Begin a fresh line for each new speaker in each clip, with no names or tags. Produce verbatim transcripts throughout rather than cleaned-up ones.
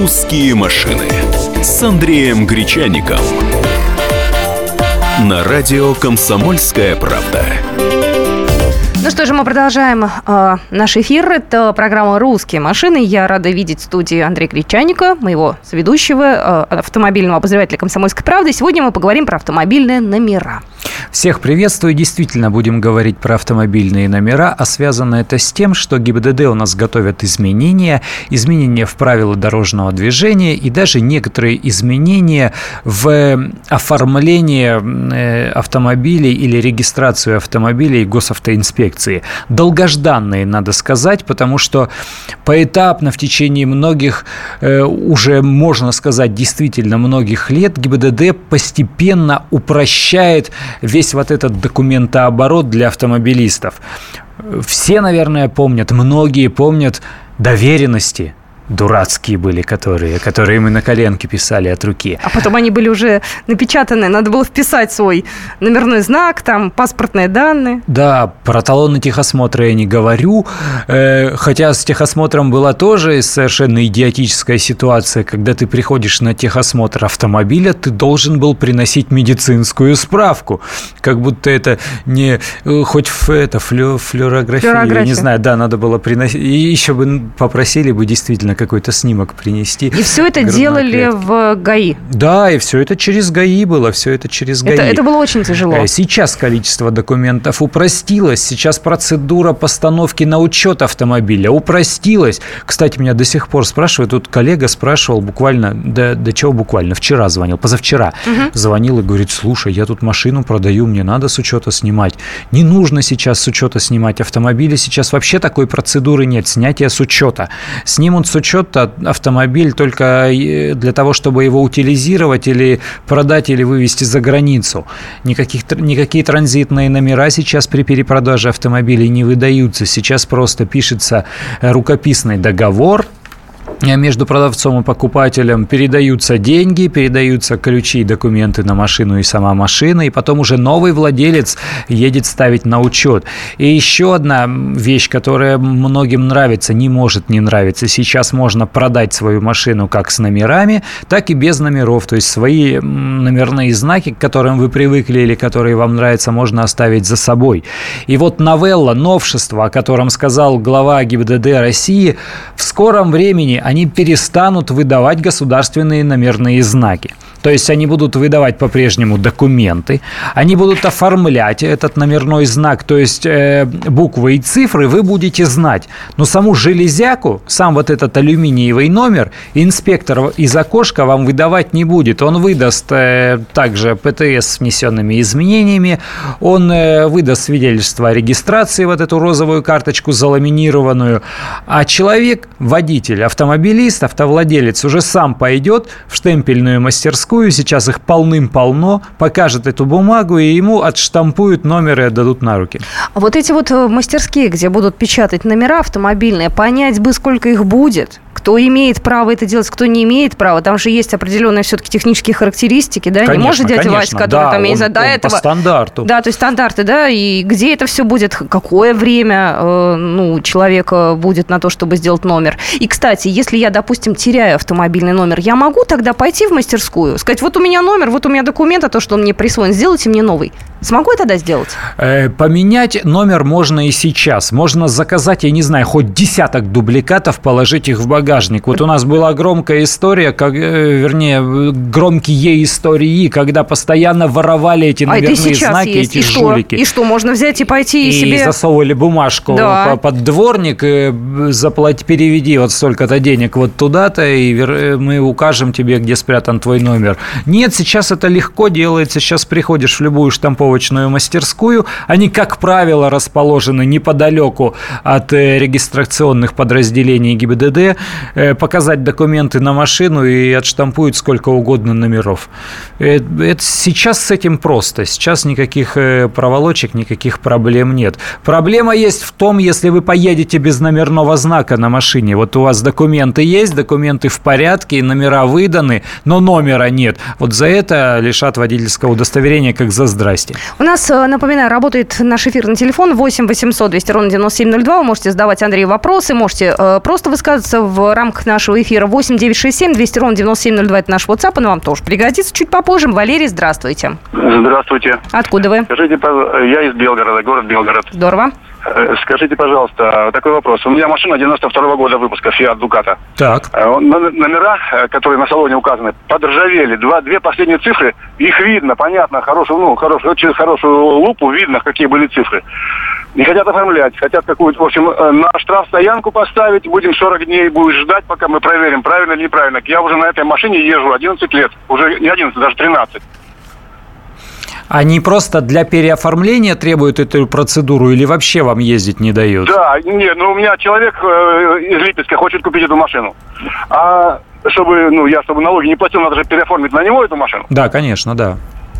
«Русские машины» с Андреем Гречаником на радио «Комсомольская правда».
Ну что же, мы продолжаем э, наш эфир. Это программа «Русские машины». Я рада видеть в студии Андрея Гречаника, моего соведущего, э, автомобильного обозревателя «Комсомольской правды». Сегодня мы поговорим про автомобильные номера.
Всех приветствую. Действительно, будем говорить про автомобильные номера, а связано это с тем, что ГИБДД у нас готовят изменения, изменения в правила дорожного движения и даже некоторые изменения в оформлении автомобилей или регистрацию автомобилей госавтоинспекции. Долгожданные, надо сказать, потому что поэтапно в течение многих, уже можно сказать, действительно многих лет ГИБДД постепенно упрощает весь вот этот документооборот для автомобилистов. Все, наверное, помнят, многие помнят доверенности. Дурацкие были, которые, которые мы на коленке писали от руки. А
потом они были уже напечатаны, надо было вписать свой номерной знак, там, паспортные данные.
Да, про талоны техосмотра я не говорю, э, хотя с техосмотром была тоже совершенно идиотическая ситуация, когда ты приходишь на техосмотр автомобиля, ты должен был приносить медицинскую справку, как будто это не хоть это, флю, флюорография, флюорография, я не знаю, да, надо было приносить, и еще бы попросили бы действительно какой-то снимок принести.
И все это делали клетки. В ГАИ?
Да, и все это через ГАИ было, все это через ГАИ.
Это, это было очень тяжело.
Сейчас количество документов упростилось, сейчас процедура постановки на учет автомобиля упростилась. Кстати, меня до сих пор спрашивают, тут коллега спрашивал буквально, до, до чего буквально, вчера звонил, позавчера угу. звонил и говорит, слушай, я тут машину продаю, мне надо с учета снимать. Не нужно сейчас с учета снимать автомобили, сейчас вообще такой процедуры нет, снятия с учета. Снимут с учета автомобиль только для того, чтобы его утилизировать или продать, или вывезти за границу. Никаких, никакие транзитные номера сейчас при перепродаже автомобилей не выдаются. Сейчас просто пишется рукописный договор между продавцом и покупателем, передаются деньги, передаются ключи и документы на машину и сама машина, и потом уже новый владелец едет ставить на учет. И еще одна вещь, которая многим нравится, не может не нравиться. Сейчас можно продать свою машину как с номерами, так и без номеров. То есть свои номерные знаки, к которым вы привыкли или которые вам нравятся, можно оставить за собой. И вот новелла, новшество, о котором сказал глава ГИБДД России, в скором времени они перестанут выдавать государственные номерные знаки. То есть они будут выдавать по-прежнему документы, они будут оформлять этот номерной знак, то есть э, буквы и цифры вы будете знать. Но саму железяку, сам вот этот алюминиевый номер, инспектор из окошка вам выдавать не будет. Он выдаст э, также ПТС с внесенными изменениями, он э, выдаст свидетельство о регистрации, вот эту розовую карточку заламинированную, а человек, водитель, автомобилист, автовладелец уже сам пойдет в штемпельную мастерскую, сейчас их полным-полно, покажет эту бумагу, и ему отштампуют номеры и отдадут на руки.
А вот эти вот мастерские, где будут печатать номера автомобильные, понять бы, сколько их будет, кто имеет право это делать, кто не имеет права. Там же есть определенные все-таки технические характеристики, да?
Конечно,
не может дядя
конечно,
Вася, который
да,
там, я не знаю, до этого...
по стандарту.
Да, то есть стандарты, да, и где это все будет, какое время э, ну, человека будет на то, чтобы сделать номер. И, кстати, если я, допустим, теряю автомобильный номер, я могу тогда пойти в мастерскую, сказать, вот у меня номер, вот у меня документ, а то, что он мне присвоен, сделайте мне новый. Смогу я тогда сделать?
Э, поменять номер можно и сейчас. Можно заказать, я не знаю, хоть десяток дубликатов, положить их в багажник. Вот у нас была громкая история, как, э, вернее, громкие истории, когда постоянно воровали эти номерные а знаки, есть. эти
и
жулики.
Что? И что, можно взять и пойти и, и себе...
И засовывали бумажку да. под дворник, заплати, переведи вот столько-то денег вот туда-то, и мы укажем тебе, где спрятан твой номер. Нет, сейчас это легко делается. Сейчас приходишь в любую штамповую мастерскую. Они, как правило, расположены неподалеку от регистрационных подразделений ГИБДД. Показать документы на машину и отштампуют сколько угодно номеров. Это, сейчас с этим просто. Сейчас никаких проволочек, никаких проблем нет. Проблема есть в том, если вы поедете без номерного знака на машине. Вот у вас документы есть, документы в порядке, номера выданы, но номера нет. Вот за это лишат водительского удостоверения, как за здрасте.
У нас, напоминаю, работает наш эфирный телефон восемь восемьсот двести ровно девяносто семь ноль два. Вы можете задавать Андрею вопросы, можете э, просто высказываться в рамках нашего эфира. восемь девятьсот шестьдесят семь двести ровно девяносто семь ноль два. Это наш WhatsApp, он вам тоже пригодится чуть попозже. Валерий, здравствуйте.
Здравствуйте.
Откуда вы?
Скажите, я из Белгорода, город Белгород.
Здорово.
Скажите, пожалуйста, такой вопрос. У меня машина девяносто второго года выпуска, Fiat Ducato.
Так.
Номера, которые на салоне указаны, подржавели. Два, две последние цифры, их видно, понятно, хорошую, ну, хорошую, через хорошую лупу видно, какие были цифры. Не хотят оформлять, хотят какую-то, в общем, на штрафстоянку поставить, будем сорок дней, будешь ждать, пока мы проверим, правильно или неправильно. Я уже на этой машине езжу одиннадцать лет, уже не одиннадцать, даже тринадцать.
Они просто для переоформления требуют эту процедуру или вообще вам ездить не дают?
Да, нет, ну у меня человек э, из Липецка хочет купить эту машину. А чтобы, ну, я чтобы налоги не платил, надо же переоформить на него эту машину.
Да, конечно, да.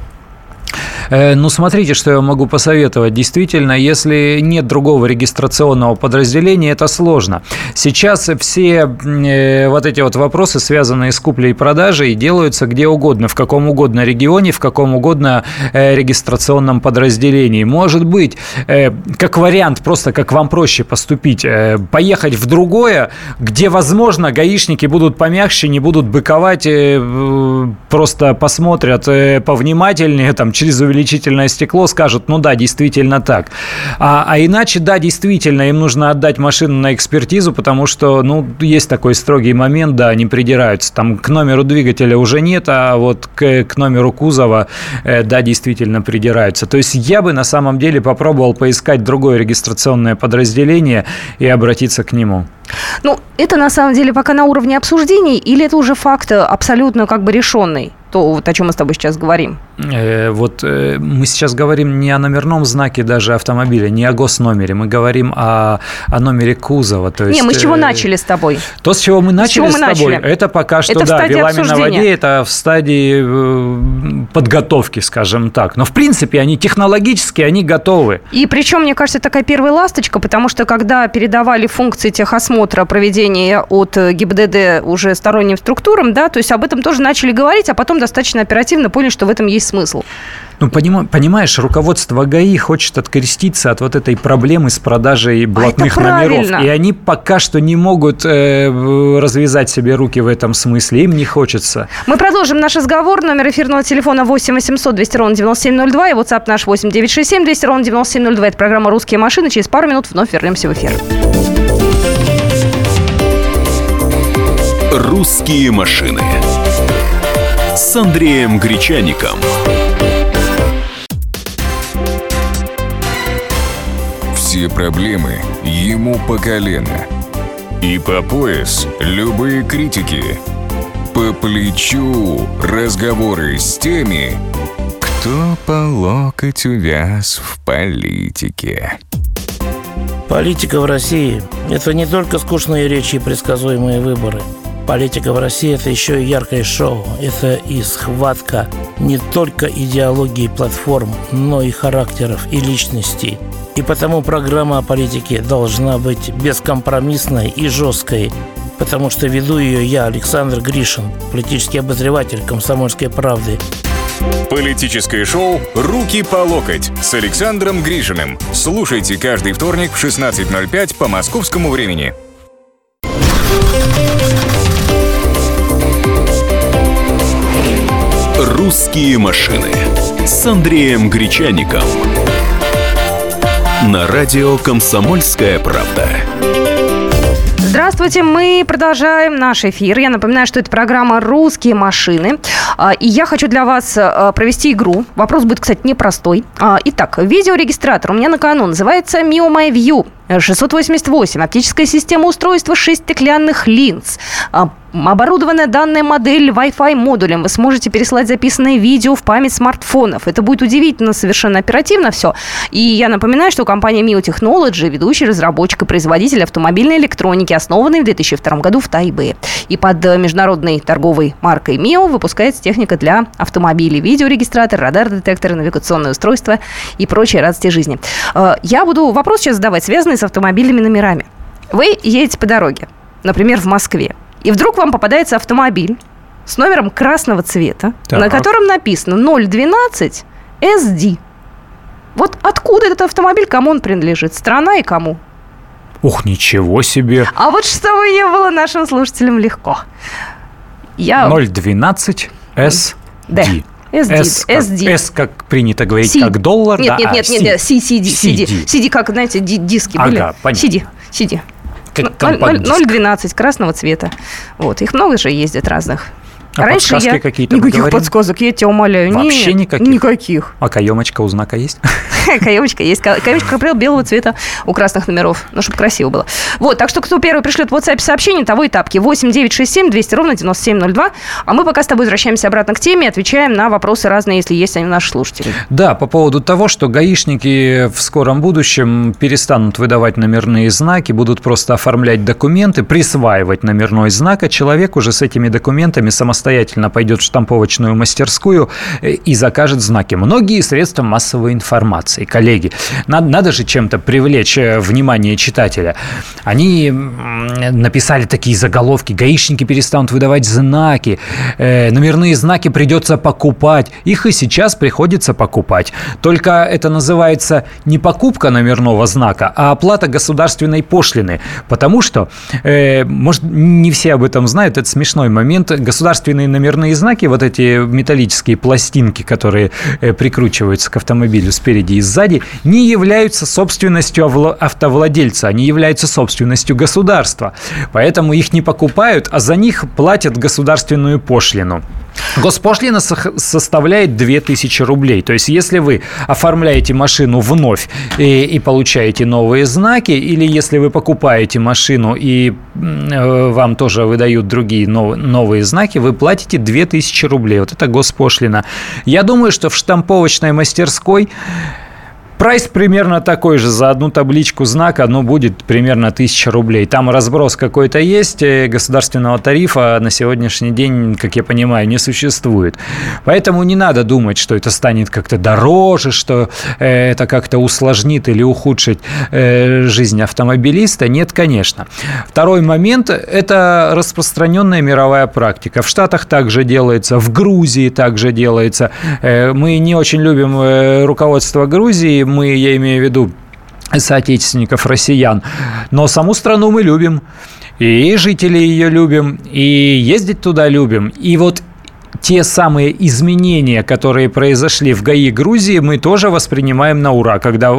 Ну, смотрите, что я могу посоветовать. Действительно, если нет другого регистрационного подразделения, это сложно. Сейчас все э, вот эти вот вопросы, связанные с куплей и продажей, делаются где угодно, в каком угодно регионе, в каком угодно э, регистрационном подразделении. Может быть, э, как вариант, просто как вам проще поступить, э, поехать в другое, где, возможно, гаишники будут помягче, не будут быковать, э, просто посмотрят э, повнимательнее, там, через увеличение увеличительное стекло, скажут, ну да, действительно так. А, а иначе, да, действительно, им нужно отдать машину на экспертизу, потому что, ну, есть такой строгий момент, да, они придираются. Там к номеру двигателя уже нет, а вот к, к номеру кузова, э, да, действительно придираются. То есть я бы на самом деле попробовал поискать другое регистрационное подразделение и обратиться к нему.
Ну, это на самом деле пока на уровне обсуждений, или это уже факт абсолютно как бы решенный? То, вот о чем мы с тобой сейчас говорим.
Э, вот э, мы сейчас говорим не о номерном знаке даже автомобиля, не о госномере, мы говорим о, о номере кузова. То есть,
не, мы с чего
э,
начали с тобой?
То, с чего мы начали с, чего мы с тобой, начали? Это пока что,
это
да, вилами на воде, это в стадии э, подготовки, скажем так. Но, в принципе, они технологически, они готовы.
И причем, мне кажется, такая первая ласточка, потому что, когда передавали функции техосмотра проведения от ГИБДД уже сторонним структурам, да, то есть об этом тоже начали говорить, а потом достаточно оперативно поняли, что в этом есть смысл.
Ну, понимаешь, руководство ГАИ хочет откреститься от вот этой проблемы с продажей блатных
а
номеров. И они пока что не могут э, развязать себе руки в этом смысле. Им не хочется.
Мы продолжим наш разговор. Номер эфирного телефона восемь восемьсот двести ровно девяносто семь ноль два. И WhatsApp наш восемь девятьсот шестьдесят семь двести ровно девяносто семь ноль два. Это программа «Русские машины». Через пару минут вновь вернемся в эфир.
«Русские машины» с Андреем Гречаником.
Все проблемы ему по колено. И по пояс любые критики. По плечу разговоры с теми, кто по локоть увяз в политике.
Политика в России – это не только скучные речи и предсказуемые выборы. Политика в России – это еще и яркое шоу. Это и схватка не только идеологии платформ, но и характеров и личностей. И потому программа о политике должна быть бескомпромиссной и жесткой, потому что веду ее я, Александр Гришин, политический обозреватель «Комсомольской правды».
Политическое шоу «Руки по локоть» с Александром Гришиным. Слушайте каждый вторник в шестнадцать ноль пять по московскому времени.
«Русские машины» с Андреем Гречаником. На радио «Комсомольская правда».
Здравствуйте, мы продолжаем наш эфир. Я напоминаю, что это программа «Русские машины». И я хочу для вас провести игру. Вопрос будет, кстати, непростой. Итак, видеорегистратор у меня на кону называется Mio MyView шестьсот восемьдесят восемь. Оптическая система устройства шесть стеклянных линз. Оборудованная данная модель Wi-Fi модулем. Вы сможете переслать записанное видео в память смартфонов. Это будет удивительно, совершенно оперативно все. И я напоминаю, что компания Mio Technology, ведущий разработчик и производитель автомобильной электроники, основанный в две тысячи втором году в Тайбэе. И под международной торговой маркой Mio выпускается техника для автомобилей. Видеорегистратор, радар-детектор, навигационное устройство и прочие радости жизни. Я буду вопрос сейчас задавать, связанный с автомобильными номерами. Вы едете по дороге, например, в Москве. И вдруг вам попадается автомобиль с номером красного цвета, так, на котором написано ноль двенадцать эс ди. Вот откуда этот автомобиль, кому он принадлежит? Страна и кому?
Ух, ничего себе.
А вот чтобы не было нашим слушателям легко. Я...
ноль двенадцать эс ди.
эс ди.
S, как,
эс ди.
S, как принято говорить,
C.
как доллар.
Нет,
да,
нет,
а,
нет, нет, нет, си си ди. си ди. си ди, как, знаете, ди- диски
ага,
были.
понятно.
си ди. си ди. ноль двенадцать красного цвета. Вот, их много же ездит разных.
А
Раньше
подсказки
я...
какие-то
Никаких подсказок, я тебя умоляю.
Вообще
Нет,
никаких?
Никаких.
А каемочка у знака есть?
Каемочка есть. Каемочка белого цвета у красных номеров. Ну, чтобы красиво было. Вот, так что кто первый пришлет в WhatsApp сообщение, того и тапки. восемь девятьсот шестьдесят семь двести ровно девяносто семь ноль два. А мы пока с тобой возвращаемся обратно к теме и отвечаем на вопросы разные, если есть они у наших слушателей.
Да, по поводу того, что гаишники в скором будущем перестанут выдавать номерные знаки, будут просто оформлять документы, присваивать номерной знак, а человек уже с этими документами самостоятельно пойдет в штамповочную мастерскую и закажет знаки. Многие средства массовой информации, коллеги, надо, надо же чем-то привлечь внимание читателя. Они написали такие заголовки: гаишники перестанут выдавать знаки, э, номерные знаки придется покупать. Их и сейчас приходится покупать. Только это называется не покупка номерного знака, а оплата государственной пошлины. Потому что, э, может, не все об этом знают, это смешной момент. Государственные номерные знаки, вот эти металлические пластинки, которые э, прикручиваются к автомобилю спереди и сзади, не являются собственностью автовладельца, они являются собственностью государства. Поэтому их не покупают, а за них платят государственную пошлину. Госпошлина составляет две тысячи рублей. То есть, если вы оформляете машину вновь и, и получаете новые знаки, или если вы покупаете машину и э, вам тоже выдают другие нов, новые знаки, вы платите две тысячи рублей. Вот это госпошлина. Я думаю, что в штамповочной мастерской прайс примерно такой же. За одну табличку знака, ну, будет примерно тысяча рублей. Там разброс какой-то есть. Государственного тарифа на сегодняшний день, как я понимаю, не существует. Поэтому не надо думать, что это станет как-то дороже, что это как-то усложнит или ухудшит жизнь автомобилиста. Нет, конечно. Второй момент – это распространенная мировая практика. В Штатах также делается, в Грузии также делается. Мы не очень любим руководство Грузии. Мы, я имею в виду соотечественников россиян, но саму страну мы любим, и жителей ее любим, и ездить туда любим. И вот те самые изменения, которые произошли в ГАИ Грузии, мы тоже воспринимаем на ура, когда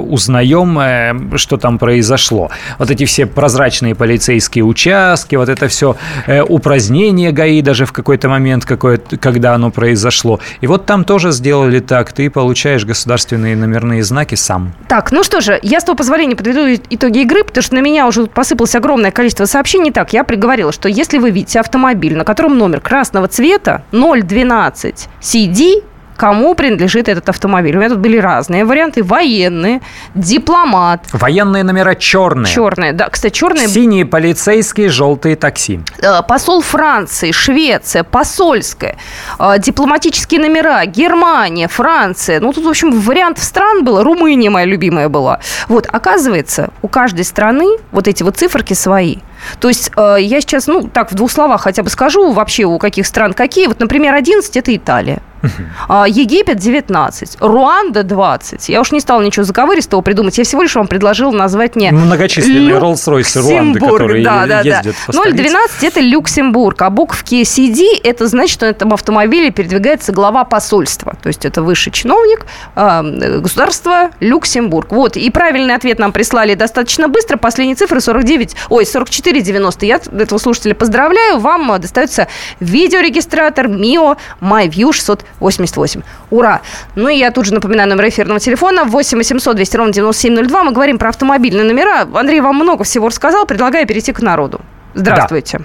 узнаем, что там произошло. Вот эти все прозрачные полицейские участки, вот это все упразднение ГАИ даже в какой-то момент, когда оно произошло. И вот там тоже сделали так. Ты получаешь государственные номерные знаки сам.
Так, ну что же, я, с твоего позволения, подведу итоги игры, потому что на меня уже посыпалось огромное количество сообщений. Так, я приговорила, что если вы видите автомобиль, на котором номер красного цвета, ноль двенадцать си ди, кому принадлежит этот автомобиль? У меня тут были разные варианты. Военные, дипломат.
Военные номера черные.
Черные, да. Кстати, черные.
Синие полицейские, желтые такси.
Посол Франции, Швеция, посольская. Дипломатические номера. Германия, Франция. Ну, тут, в общем, вариантов стран было. Румыния моя любимая была. Вот, оказывается, у каждой страны вот эти вот циферки свои. То есть я сейчас, ну, так, в двух словах хотя бы скажу, вообще у каких стран какие. Вот, например, одиннадцать – это Италия. Uh-huh. Египет девятнадцать, Руанда двадцать. Я уж не стала ничего заковыристого придумать. Я всего лишь вам предложила назвать мне
многочисленные Роллс-Ройсы Руанды, которые да, да, ездят да. по столице.
ноль двенадцать – это Люксембург, а буковки си ди – это значит, что на этом автомобиле передвигается глава посольства. То есть это высший чиновник э, государства Люксембург. Вот. И правильный ответ нам прислали достаточно быстро. Последние цифры сорок девять, ой, сорок четыре девяносто. Я этого слушателя поздравляю. Вам достается видеорегистратор мио MyView шестьсот восемьдесят восемь. Ура! Ну и я тут же напоминаю номер эфирного телефона восемь восемьсот двести ровно девяносто семь ноль два. Мы говорим про автомобильные номера. Андрей вам много всего рассказал. Предлагаю перейти к народу. Здравствуйте.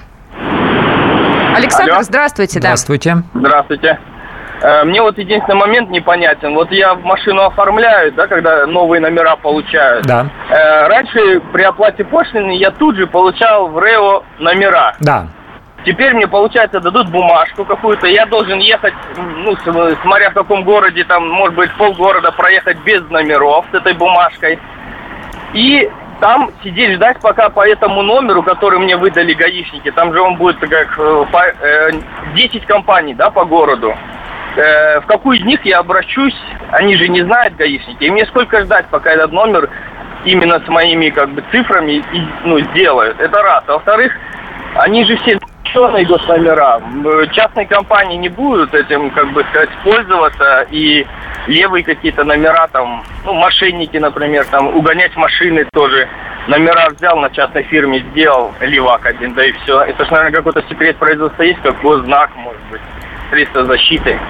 Да. Александр,
Алло.
Здравствуйте.
Здравствуйте.
Да. Здравствуйте. Мне вот единственный момент непонятен. Вот я машину оформляю, да, когда новые номера получают.
Да.
Раньше при оплате пошлины я тут же получал в РЭО номера.
Да.
Теперь мне, получается, дадут бумажку какую-то. Я должен ехать, ну, смотря в каком городе, там, может быть, полгорода проехать без номеров с этой бумажкой. И там сидеть, ждать, пока по этому номеру, который мне выдали гаишники, там же он будет как десять компаний, да, по городу. э, в какую из них я обращусь, они же не знают, гаишники, и мне сколько ждать, пока этот номер именно с моими как бы цифрами ну, сделают. Это раз. А во-вторых, они же все ученые госномера. Частные компании не будут этим, как бы сказать, пользоваться, и левые какие-то номера, там, ну, мошенники, например, там, угонять машины тоже. Номера взял, на частной фирме сделал, левак один, да и все. Это же, наверное, какой-то секрет производства есть, как гознак, может быть, средства защиты.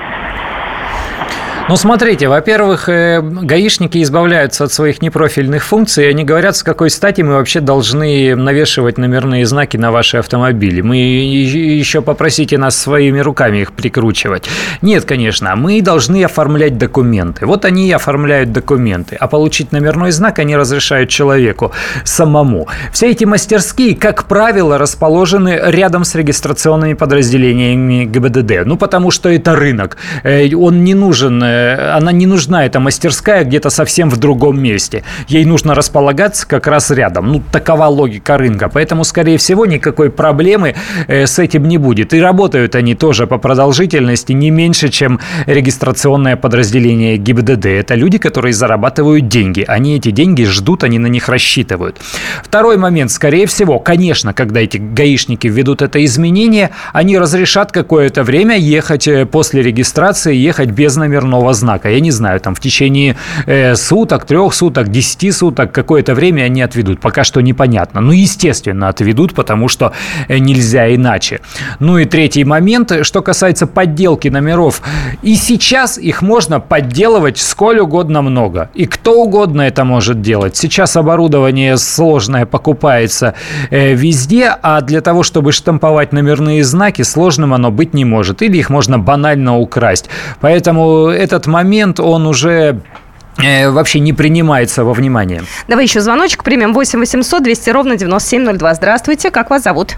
Ну, смотрите, во-первых, гаишники избавляются от своих непрофильных функций, и они говорят, с какой стати мы вообще должны навешивать номерные знаки на ваши автомобили. Мы еще попросите нас своими руками их прикручивать. Нет, конечно, мы должны оформлять документы. Вот они и оформляют документы, а получить номерной знак они разрешают человеку самому. Все эти мастерские, как правило, расположены рядом с регистрационными подразделениями ГИБДД. Ну, потому что это рынок. Он не нужен... Она не нужна, эта мастерская, где-то совсем в другом месте. Ей нужно располагаться как раз рядом. Ну, такова логика рынка. Поэтому, скорее всего, никакой проблемы с этим не будет. И работают они тоже по продолжительности не меньше, чем регистрационное подразделение ГИБДД. Это люди, которые зарабатывают деньги. Они эти деньги ждут, они на них рассчитывают. Второй момент. Скорее всего, конечно, когда эти гаишники введут это изменение, они разрешат какое-то время ехать после регистрации, ехать без номерного знака. Я не знаю, там в течение э, суток, трех суток, десяти суток какое-то время они отведут. Пока что непонятно. Ну, естественно, отведут, потому что э, нельзя иначе. Ну и третий момент, что касается подделки номеров. И сейчас их можно подделывать сколь угодно много. И кто угодно это может делать. Сейчас оборудование сложное покупается э, везде, а для того, чтобы штамповать номерные знаки, сложным оно быть не может. Или их можно банально украсть. Поэтому этот момент, он уже э, вообще не принимается во внимание.
Давай еще звоночек примем. восемь восемьсот двести ровно девяносто семь ноль два. Здравствуйте, как вас зовут?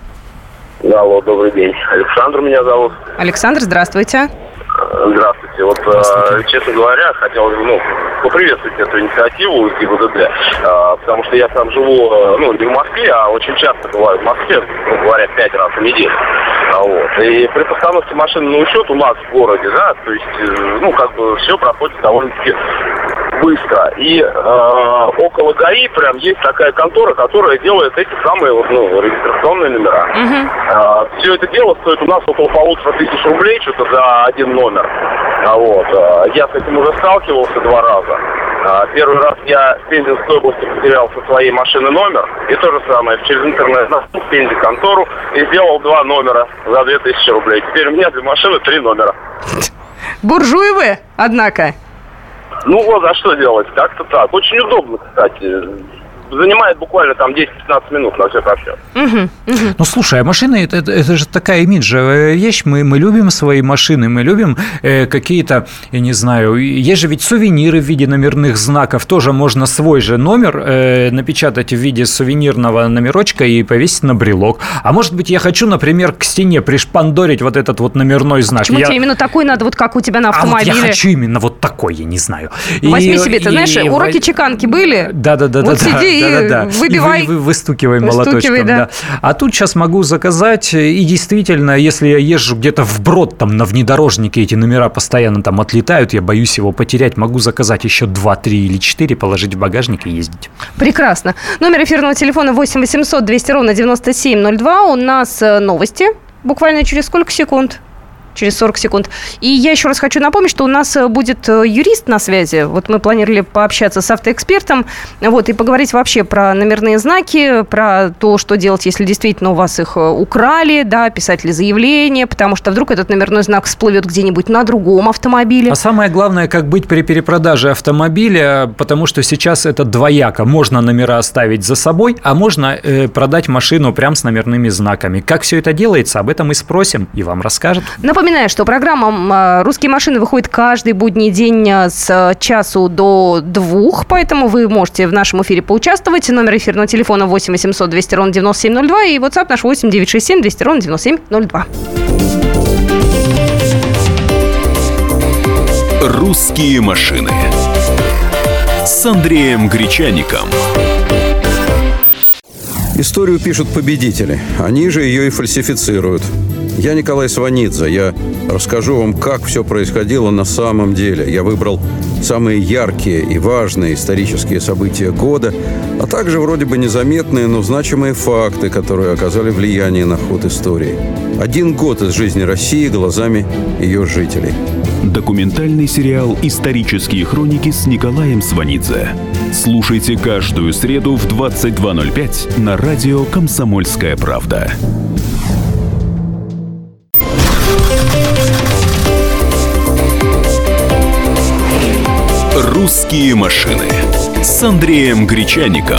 Алло, добрый день. Александр меня зовут.
Александр, здравствуйте.
Здравствуйте. Вот, э, честно говоря, хотел ну, поприветствовать эту инициативу ГИБДД, э, потому что я сам живу, э, ну, не в Москве, а очень часто бываю в Москве, ну, говоря, пять раз в неделю. А вот. И при постановке машины на учет у нас в городе, да, то есть, э, ну, как бы все проходит довольно-таки быстро. И э, около ГАИ прям есть такая контора, которая делает эти самые вот, ну, регистрационные номера. Uh-huh. Э, все это дело стоит у нас около полутора тысяч рублей, что-то за один номер. А вот. Э, я с этим уже сталкивался два раза. Э, первый раз я в Пензенской области потерял со своей машины номер. И то же самое. Через интернет нашел в Пензе контору и сделал два номера за две тысячи рублей. Теперь у меня для машины три номера.
Буржуи вы, однако.
Ну вот, а что делать? Как-то так. Очень удобно, кстати. Занимает буквально там десять-пятнадцать минут на все про все.
Угу, угу.
Ну, слушай, а машины, это, это, это же такая имиджевая вещь. Мы, мы любим свои машины, мы любим э, какие-то, я не знаю, есть же ведь сувениры в виде номерных знаков. Тоже можно свой же номер э, напечатать в виде сувенирного номерочка и повесить на брелок. А может быть, я хочу, например, к стене пришпандорить вот этот вот номерной знак.
Почему
я...
тебе именно такой надо, вот как у тебя на автомобиле?
А вот я хочу именно вот такой, я не знаю.
Возьми
и,
себе, ты
и,
знаешь,
и,
уроки
и...
чеканки были?
Да-да-да.
Вот
да,
сиди
да,
и
да, да.
выбивай.
И вы, вы, выстукивай молоточком.
Выстукивай, да.
Да. А тут сейчас могу заказать, и действительно, если я езжу где-то вброд, там на внедорожнике эти номера постоянно там отлетают, я боюсь его потерять, могу заказать еще два, три или четыре, положить в багажник и ездить.
Прекрасно. Номер эфирного телефона восемь восемьсот двести ровно девяносто семь ноль два. У нас новости буквально через сколько секунд? Через сорок секунд. И я еще раз хочу напомнить, что у нас будет юрист на связи. Вот мы планировали пообщаться с автоэкспертом, вот, и поговорить вообще про номерные знаки, про то, что делать, если действительно у вас их украли, да, писать ли заявление, потому что вдруг этот номерной знак всплывет где-нибудь на другом автомобиле.
А самое главное, как быть при перепродаже автомобиля, потому что сейчас это двояко. Можно номера оставить за собой, а можно э, продать машину прям с номерными знаками. Как все это делается, об этом и спросим, и вам расскажут.
Напоминаю, что программа «Русские машины» выходит каждый будний день с часу до двух, поэтому вы можете в нашем эфире поучаствовать. Номер эфирного телефона восемь восемьсот двести ровно девяносто семь ноль два и WhatsApp наш восемь девятьсот шестьдесят семь двести ровно девяносто семь ноль два.
«Русские машины» с Андреем Гречаником.
Историю пишут победители. Они же ее и фальсифицируют. Я Николай Сванидзе. Я расскажу вам, как все происходило на самом деле. Я выбрал самые яркие и важные исторические события года, а также вроде бы незаметные, но значимые факты, которые оказали влияние на ход истории. Один год из жизни России глазами ее жителей.
Документальный сериал «Исторические хроники» с Николаем Сванидзе. Слушайте каждую среду в двадцать два ноль пять на радио «Комсомольская правда». «Русские машины» с Андреем Гречаником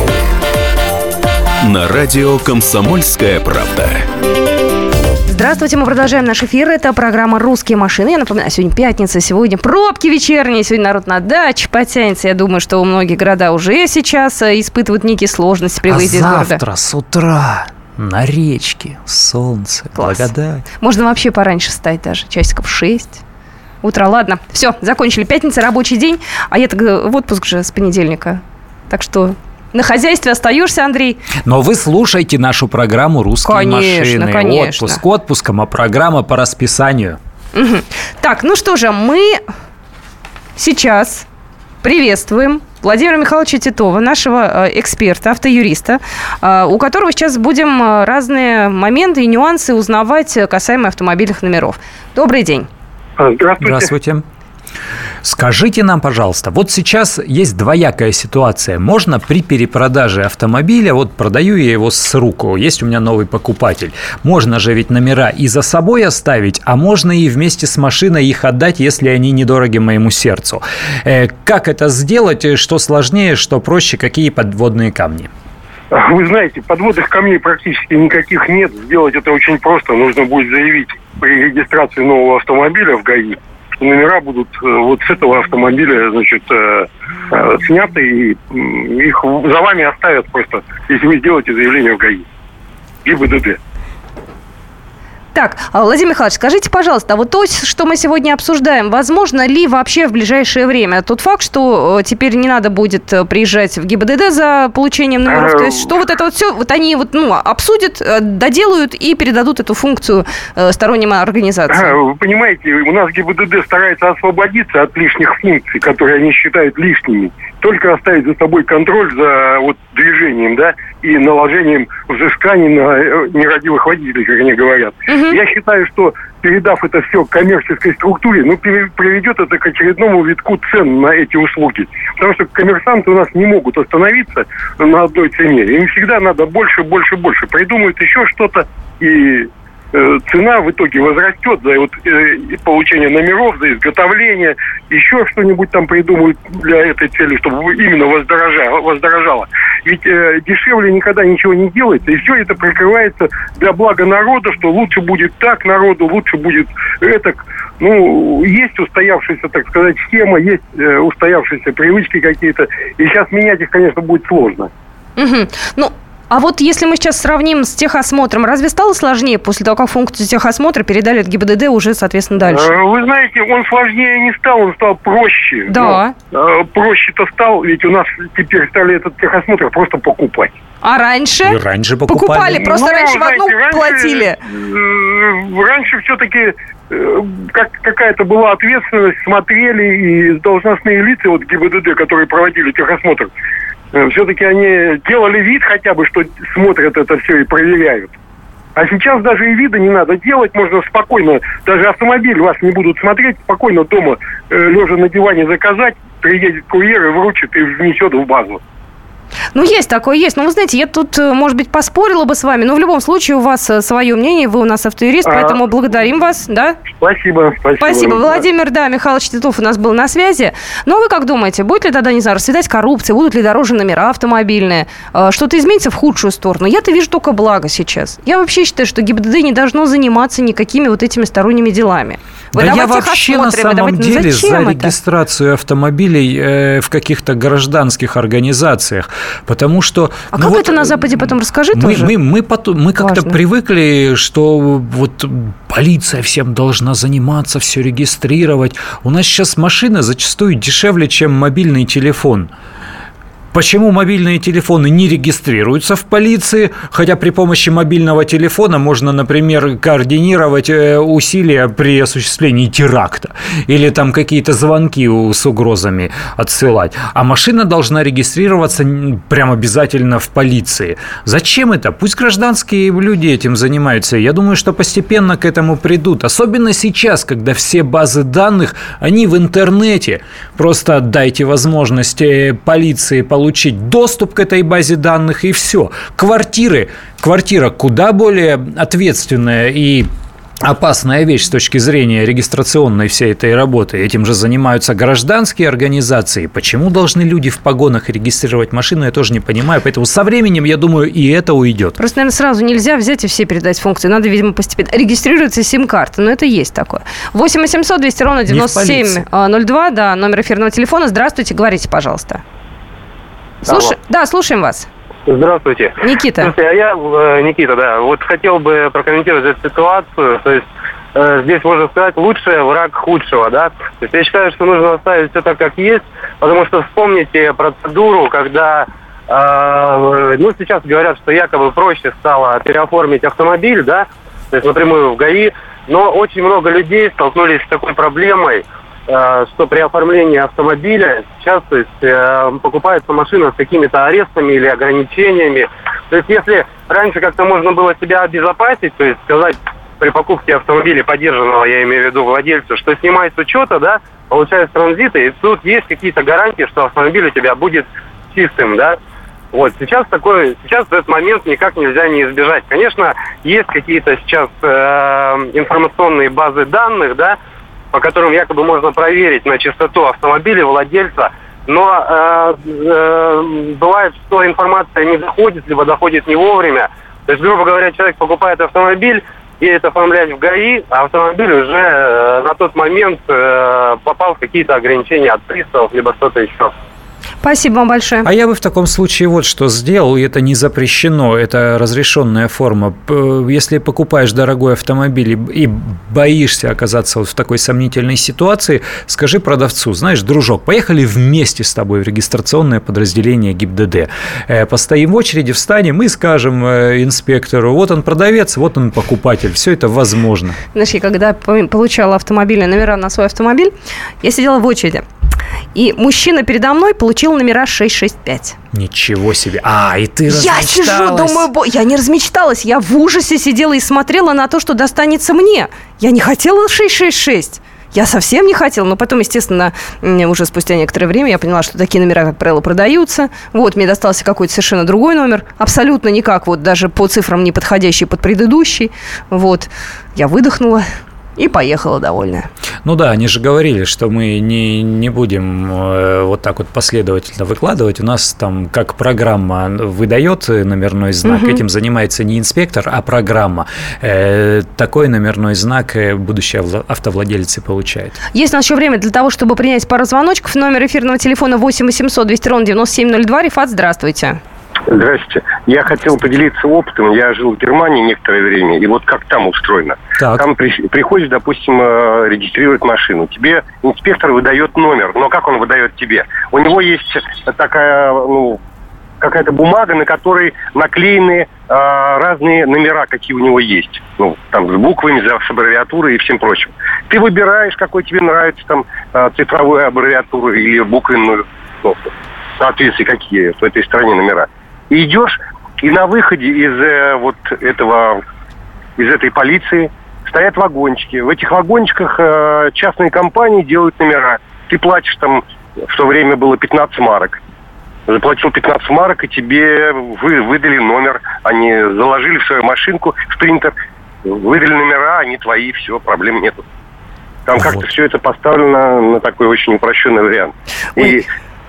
на радио «Комсомольская правда».
Здравствуйте, мы продолжаем наш эфир. Это программа «Русские машины». Я напоминаю, сегодня пятница, сегодня пробки вечерние, сегодня народ на даче потянется. Я думаю, что многие города уже сейчас испытывают некие сложности при выезде
а
из города.
завтра с утра на речке солнце,
Класс.
благодать.
Можно вообще пораньше встать даже, часиков в шесть утра. Ладно, все, закончили. Пятница, рабочий день, а я-то в отпуск же с понедельника. Так что... На хозяйстве остаешься, Андрей?
Но вы слушаете нашу программу «Русские
конечно,
машины».
Конечно.
Отпуск отпуском, а программа по расписанию.
Угу. Так, ну что же, мы сейчас приветствуем Владимира Михайловича Титова, нашего эксперта, автоюриста, у которого сейчас будем разные моменты и нюансы узнавать касаемо автомобильных номеров. Добрый день.
Здравствуйте.
Здравствуйте. Скажите нам, пожалуйста, вот сейчас есть двоякая ситуация. Можно при перепродаже автомобиля, вот продаю я его с руку, есть у меня новый покупатель. Можно же ведь номера и за собой оставить, а можно и вместе с машиной их отдать, если они недороги моему сердцу. Э, как это сделать? Что сложнее, что проще? Какие подводные камни?
Вы знаете, подводных камней практически никаких нет. Сделать это очень просто. Нужно будет заявить при регистрации нового автомобиля в ГАИ, что номера будут вот с этого автомобиля, значит, э, э, сняты, и э, их за вами оставят просто, если вы сделаете заявление в ГАИ и ГИБДД.
Так, Владимир Михайлович, скажите, пожалуйста, а вот то, что мы сегодня обсуждаем, возможно ли вообще в ближайшее время? Тот факт, что теперь не надо будет приезжать в ГИБДД за получением номеров, то есть что вот это вот все, вот они вот, ну, обсудят, доделают и передадут эту функцию сторонним организациям?
Вы понимаете, у нас ГИБДД старается освободиться от лишних функций, которые они считают лишними, только оставить за собой контроль за вот движением, да, и наложением взысканий на нерадивых водителей, как они говорят. Угу. Я считаю, что передав это все коммерческой структуре, ну, приведет это к очередному витку цен на эти услуги. Потому что коммерсанты у нас не могут остановиться на одной цене. Им всегда надо больше, больше, больше. Придумают еще что-то, и э, цена в итоге возрастет за вот, э, получение номеров, за изготовление, еще что-нибудь там придумают для этой цели, чтобы именно воздорожало. воздорожало. Ведь э, дешевле никогда ничего не делается, и все это прикрывается для блага народа, что лучше будет так народу, лучше будет это. Ну, есть устоявшаяся, так сказать, схема, есть э, устоявшиеся привычки какие-то, и сейчас менять их, конечно, будет сложно.
Угу. Ну, а вот если мы сейчас сравним с техосмотром, разве стало сложнее после того, как функцию техосмотра передали от ГИБДД уже, соответственно, дальше?
Вы знаете, он сложнее не стал, он стал проще.
Да.
Но, проще-то стал, ведь у нас теперь стали этот техосмотр просто покупать.
А раньше?
И раньше покупали.
Покупали, просто
ну,
раньше
знаете,
в одну
раньше,
платили.
Э, раньше все-таки э, как, какая-то была ответственность, смотрели, и должностные лица, вот ГИБДД, которые проводили техосмотр, все-таки они делали вид хотя бы, что смотрят это все и проверяют. А сейчас даже и вида не надо делать, можно спокойно, даже автомобиль вас не будут смотреть, спокойно дома, э, лежа на диване заказать, приедет курьер и вручит и внесет в базу.
Ну, есть такое, есть. Но вы знаете, я тут, может быть, поспорила бы с вами, но в любом случае у вас свое мнение, вы у нас автоюрист, поэтому а... благодарим вас, да?
Спасибо, спасибо.
Спасибо. Владимир, да, Михайлович Титов у нас был на связи. Ну, а вы как думаете, будет ли тогда, не знаю, расцветать коррупция, будут ли дороже номера автомобильные, что-то изменится в худшую сторону? Я-то вижу только благо сейчас. Я вообще считаю, что ГИБДД не должно заниматься никакими вот этими сторонними делами.
Да я вообще на самом деле за регистрацию автомобилей э, в каких-то гражданских организациях, потому что...
А
ну
как
вот
это на Западе потом расскажи
мы,
тоже?
Мы, мы, потом, мы как-то
Важно.
привыкли, что вот полиция всем должна заниматься, все регистрировать. У нас сейчас машина зачастую дешевле, чем мобильный телефон. Почему мобильные телефоны не регистрируются в полиции, хотя при помощи мобильного телефона можно, например, координировать усилия при осуществлении теракта или там какие-то звонки с угрозами отсылать. А машина должна регистрироваться прям обязательно в полиции. Зачем это? Пусть гражданские люди этим занимаются. Я думаю, что постепенно к этому придут. Особенно сейчас, когда все базы данных, они в интернете. Просто дайте возможность полиции получить доступ к этой базе данных, и все. Квартиры. Квартира куда более ответственная и опасная вещь с точки зрения регистрационной всей этой работы. Этим же занимаются гражданские организации. Почему должны люди в погонах регистрировать машину, я тоже не понимаю. Поэтому со временем, я думаю, и это уйдет.
Просто, наверное, сразу нельзя взять и все передать функции. Надо, видимо, постепенно. Регистрируется сим-карта, но это есть такое. восемь восемьсот двести ровно девяносто семь ноль два, да, номер эфирного телефона. Здравствуйте, говорите, пожалуйста. Слушай... Да, слушаем вас.
Здравствуйте.
Никита.
Слушайте, а я, Никита, да, вот хотел бы прокомментировать эту ситуацию. То есть э, здесь можно сказать, лучший враг худшего, да. То есть я считаю, что нужно оставить все так, как есть, потому что вспомните процедуру, когда, э, ну, сейчас говорят, что якобы проще стало переоформить автомобиль, да, то есть напрямую в ГАИ, но очень много людей столкнулись с такой проблемой, что при оформлении автомобиля сейчас, то есть, э, покупается машина с какими-то арестами или ограничениями. То есть если раньше как-то можно было себя обезопасить, то есть сказать при покупке автомобиля подержанного, я имею в виду владельцу, что снимает с учета, да, получается транзиты, и тут есть какие-то гарантии, что автомобиль у тебя будет чистым, да. Вот сейчас такой, сейчас этот момент никак нельзя не избежать. Конечно, есть какие-то сейчас э, информационные базы данных, да, по которым якобы можно проверить на чистоту автомобиля владельца, но э, э, бывает, что информация не доходит, либо доходит не вовремя. То есть, грубо говоря, человек покупает автомобиль, едет оформлять в ГАИ, а автомобиль уже э, на тот момент э, попал в какие-то ограничения от приставов, либо что-то еще.
Спасибо вам большое.
А я бы в таком случае вот что сделал, и это не запрещено, это разрешенная форма. Если покупаешь дорогой автомобиль и боишься оказаться вот в такой сомнительной ситуации, скажи продавцу: знаешь, дружок, поехали вместе с тобой в регистрационное подразделение ГИБДД. Постоим в очереди, встанем и скажем инспектору: вот он продавец, вот он покупатель. Все это возможно.
Знаешь, я когда получала автомобильные номера на свой автомобиль, я сидела в очереди. И мужчина передо мной получил номера шесть шесть пять.
Ничего себе. А, и ты размечталась.
Я сижу, думаю, бо... я не размечталась. Я в ужасе сидела и смотрела на то, что достанется мне. Я не хотела шесть шесть шесть. Я совсем не хотела. Но потом, естественно, уже спустя некоторое время я поняла, что такие номера, как правило, продаются. Вот, мне достался какой-то совершенно другой номер. Абсолютно никак, вот даже по цифрам не подходящий под предыдущий. Вот. Я выдохнула и поехала довольная.
Ну да, они же говорили, что мы не, не будем э, вот так вот последовательно выкладывать. У нас там как программа выдает номерной знак, угу. Этим занимается не инспектор, а программа. Э, такой номерной знак будущий автовладелец получает.
Есть у нас еще время для того, чтобы принять пару звоночков. Номер эфирного телефона восемь восемьсот двести ровно девяносто семь ноль два. Рифат, здравствуйте.
Здравствуйте. Я хотел поделиться опытом. Я жил в Германии некоторое время, и вот как там устроено. Так. Там при, приходишь, допустим, регистрировать машину. Тебе инспектор выдает номер. Но как он выдает тебе? У него есть такая, ну, какая-то бумага, на которой наклеены а, разные номера, какие у него есть. Ну, там с буквами, с аббревиатурой и всем прочим. Ты выбираешь, какой тебе нравится, там, цифровую аббревиатуру или буквенную, ну, в соответствии, какие в этой стране номера. И идешь, и на выходе из э, вот этого, из этой полиции стоят вагончики. В этих вагончиках э, частные компании делают номера. Ты платишь там, в то время было пятнадцать марок. Заплатил пятнадцать марок, и тебе вы, выдали номер. Они заложили в свою машинку, в принтер, выдали номера, они твои, все, проблем нету. Там вот. Как-то все это поставлено на такой очень упрощенный вариант. Ой. И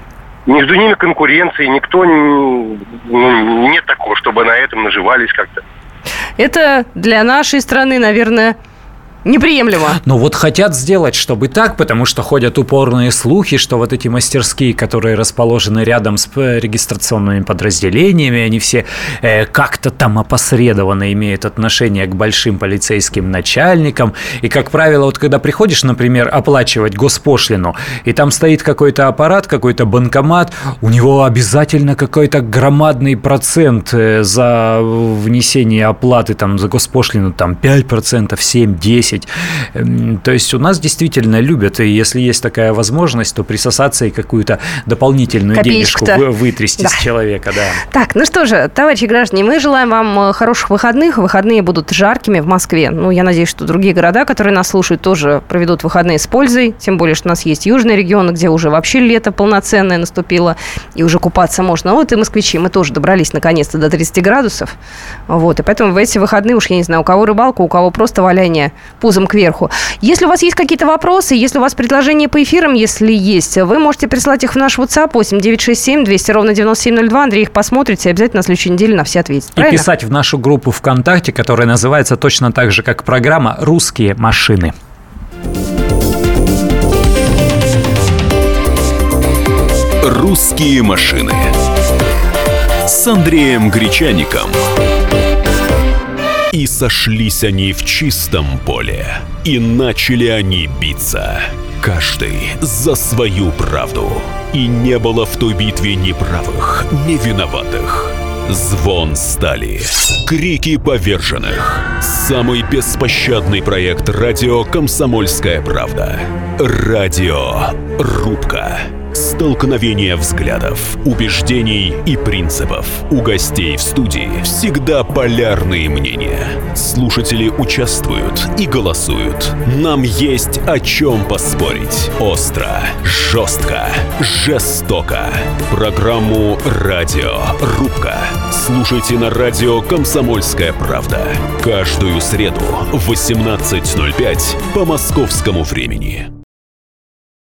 между ними конкуренции, никто не, ну, нет такого, чтобы на этом наживались как-то.
Это для нашей страны, наверное, неприемлемо.
Ну вот хотят сделать, чтобы так, потому что ходят упорные слухи, что вот эти мастерские, которые расположены рядом с регистрационными подразделениями, они все э, как-то там опосредованно имеют отношение к большим полицейским начальникам. И, как правило, вот когда приходишь, например, оплачивать госпошлину, и там стоит какой-то аппарат, какой-то банкомат, у него обязательно какой-то громадный процент за внесение оплаты там, за госпошлину, там пять процентов, семь, десять. То есть у нас действительно любят, и если есть такая возможность, то присосаться и какую-то дополнительную
Копеечку-то.
денежку вытрясти
Да.
с человека. Да.
Так, ну что же, товарищи граждане, мы желаем вам хороших выходных. Выходные будут жаркими в Москве. Ну, я надеюсь, что другие города, которые нас слушают, тоже проведут выходные с пользой. Тем более, что у нас есть южные регионы, где уже вообще лето полноценное наступило, и уже купаться можно. Вот и москвичи, мы тоже добрались наконец-то до тридцати градусов. Вот, и поэтому в эти выходные уж, я не знаю, у кого рыбалка, у кого просто валяние пузом кверху. Если у вас есть какие-то вопросы, если у вас предложения по эфирам, если есть, вы можете прислать их в наш WhatsApp восемь девятьсот шестьдесят семь двести ровно девяносто семь ноль два. Андрей их посмотрит и обязательно на следующей неделе на все ответит.
И
Правильно?
писать в нашу группу ВКонтакте, которая называется точно так же, как программа «Русские машины».
«Русские машины» с Андреем Гречаником. И сошлись они в чистом поле, и начали они биться, каждый за свою правду. И не было в той битве ни правых, ни виноватых. Звон стали, крики поверженных. Самый беспощадный проект радио «Комсомольская правда». Радиорубка. Столкновение взглядов, убеждений и принципов. У гостей в студии всегда полярные мнения. Слушатели участвуют и голосуют. Нам есть о чем поспорить. Остро, жестко, жестоко. Программу «Радиорубка» слушайте на радио «Комсомольская правда». Каждую среду в восемнадцать ноль пять по московскому времени.